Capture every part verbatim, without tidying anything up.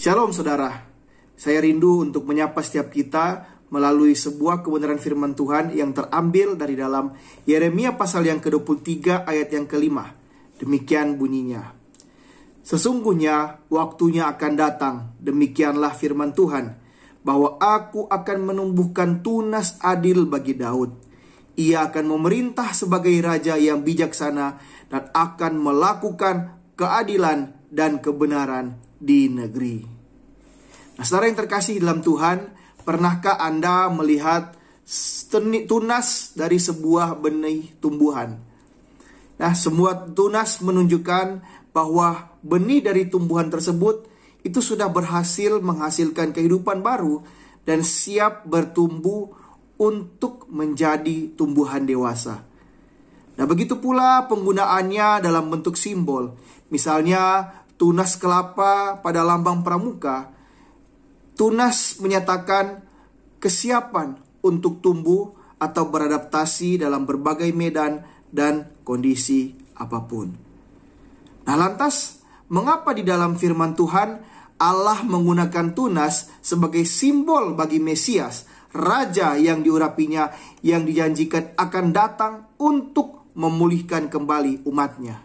Shalom saudara, saya rindu untuk menyapa setiap kita melalui sebuah kebenaran firman Tuhan yang terambil dari dalam Yeremia pasal yang ke dua puluh tiga ayat yang kelima. Demikian bunyinya. Sesungguhnya waktunya akan datang, demikianlah firman Tuhan, bahwa aku akan menumbuhkan tunas adil bagi Daud. Ia akan memerintah sebagai raja yang bijaksana dan akan melakukan keadilan dan kebenaran di negeri. Nah, saudara yang terkasih dalam Tuhan, pernahkah Anda melihat tunas dari sebuah benih tumbuhan? Nah, semua tunas menunjukkan bahwa benih dari tumbuhan tersebut itu sudah berhasil menghasilkan kehidupan baru dan siap bertumbuh untuk menjadi tumbuhan dewasa. Nah, begitu pula penggunaannya dalam bentuk simbol. Misalnya tunas kelapa pada lambang pramuka. Tunas menyatakan kesiapan untuk tumbuh atau beradaptasi dalam berbagai medan dan kondisi apapun. Nah, lantas mengapa di dalam firman Tuhan Allah menggunakan tunas sebagai simbol bagi Mesias, raja yang diurapinya, yang dijanjikan akan datang untuk memulihkan kembali umatnya?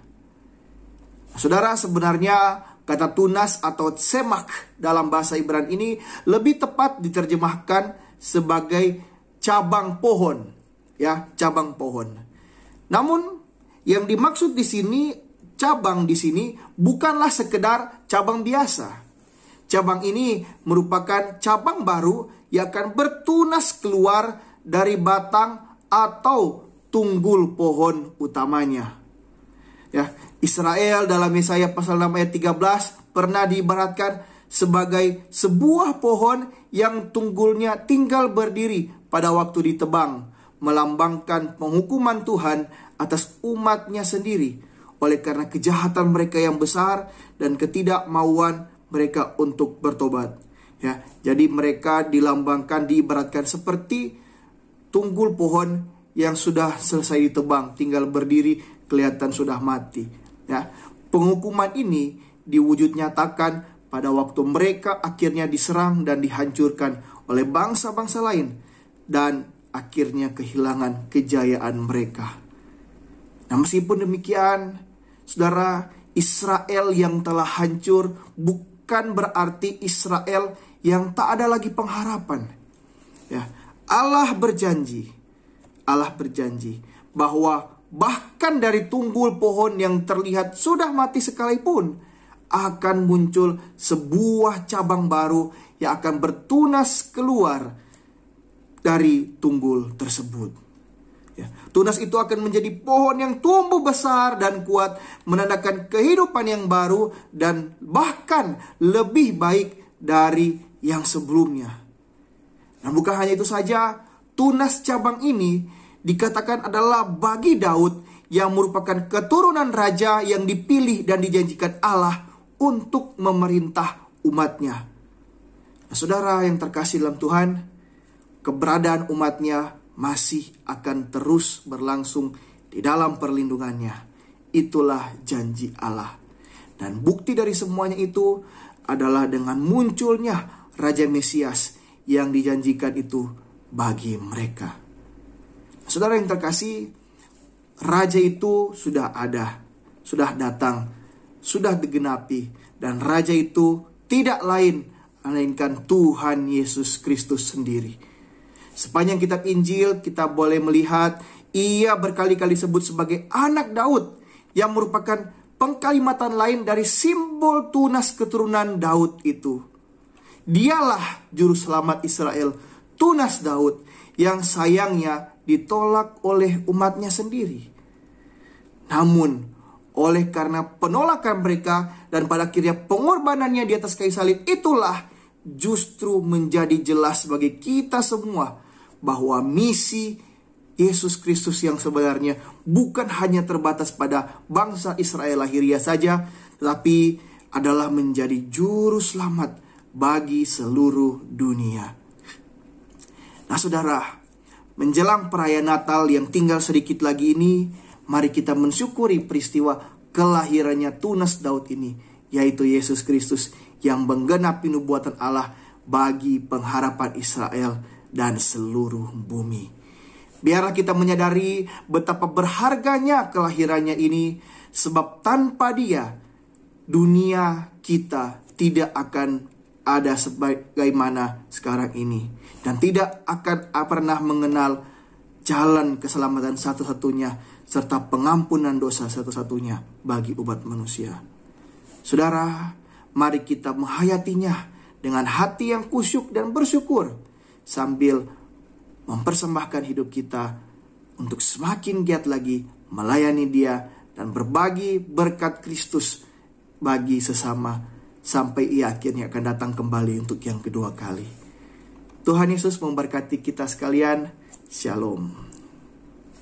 Saudara, sebenarnya kata tunas atau tsemak dalam bahasa Ibrani ini lebih tepat diterjemahkan sebagai cabang pohon, ya, cabang pohon. Namun yang dimaksud di sini, cabang di sini bukanlah sekedar cabang biasa. Cabang ini merupakan cabang baru yang akan bertunas keluar dari batang atau tunggul pohon utamanya. Ya, Israel dalam Yesaya pasal enam ayat tiga belas pernah diibaratkan sebagai sebuah pohon yang tunggulnya tinggal berdiri pada waktu ditebang, melambangkan penghukuman Tuhan atas umatnya sendiri oleh karena kejahatan mereka yang besar dan ketidakmauan mereka untuk bertobat. Ya, jadi mereka dilambangkan, diibaratkan seperti tunggul pohon yang sudah selesai ditebang, tinggal berdiri, kelihatan sudah mati. Ya, penghukuman ini diwujud nyatakan pada waktu mereka akhirnya diserang dan dihancurkan oleh bangsa-bangsa lain dan akhirnya kehilangan kejayaan mereka. Nah, meskipun demikian, saudara, Israel yang telah hancur bukan berarti Israel yang tak ada lagi pengharapan. Ya, Allah berjanji, Allah berjanji bahwa bahkan dari tunggul pohon yang terlihat sudah mati sekalipun, akan muncul sebuah cabang baru yang akan bertunas keluar dari tunggul tersebut. Ya, tunas itu akan menjadi pohon yang tumbuh besar dan kuat, menandakan kehidupan yang baru dan bahkan lebih baik dari yang sebelumnya. Nah, bukan hanya itu saja, tunas cabang ini dikatakan adalah bagi Daud yang merupakan keturunan raja yang dipilih dan dijanjikan Allah untuk memerintah umatnya. Nah, saudara yang terkasih dalam Tuhan, keberadaan umatnya masih akan terus berlangsung di dalam perlindungannya. Itulah janji Allah. Dan bukti dari semuanya itu adalah dengan munculnya Raja Mesias yang dijanjikan itu bagi mereka. Saudara yang terkasih, raja itu sudah ada, sudah datang, sudah digenapi, dan raja itu tidak lain melainkan Tuhan Yesus Kristus sendiri. Sepanjang kitab Injil kita boleh melihat ia berkali-kali disebut sebagai anak Daud, yang merupakan pengkalimatan lain dari simbol tunas keturunan Daud itu. Dialah juru selamat Israel, tunas Daud, yang sayangnya ditolak oleh umatnya sendiri. Namun, oleh karena penolakan mereka dan pada akhirnya pengorbanannya di atas kayu salib, itulah justru menjadi jelas bagi kita semua bahwa misi Yesus Kristus yang sebenarnya bukan hanya terbatas pada bangsa Israel lahiriah saja, tetapi adalah menjadi juru selamat bagi seluruh dunia. Nah, saudara, menjelang perayaan Natal yang tinggal sedikit lagi ini, mari kita mensyukuri peristiwa kelahirannya tunas Daud ini, yaitu Yesus Kristus yang menggenapi nubuatan Allah bagi pengharapan Israel dan seluruh bumi. Biarlah kita menyadari betapa berharganya kelahirannya ini, sebab tanpa Dia dunia kita tidak akan ada sebagaimana sekarang ini, dan tidak akan pernah mengenal jalan keselamatan satu-satunya serta pengampunan dosa satu-satunya bagi umat manusia. Saudara, mari kita menghayatinya dengan hati yang kusyuk dan bersyukur, sambil mempersembahkan hidup kita untuk semakin giat lagi melayani Dia dan berbagi berkat Kristus bagi sesama, sampai Ia akhirnya akan datang kembali untuk yang kedua kali. Tuhan Yesus memberkati kita sekalian. Shalom.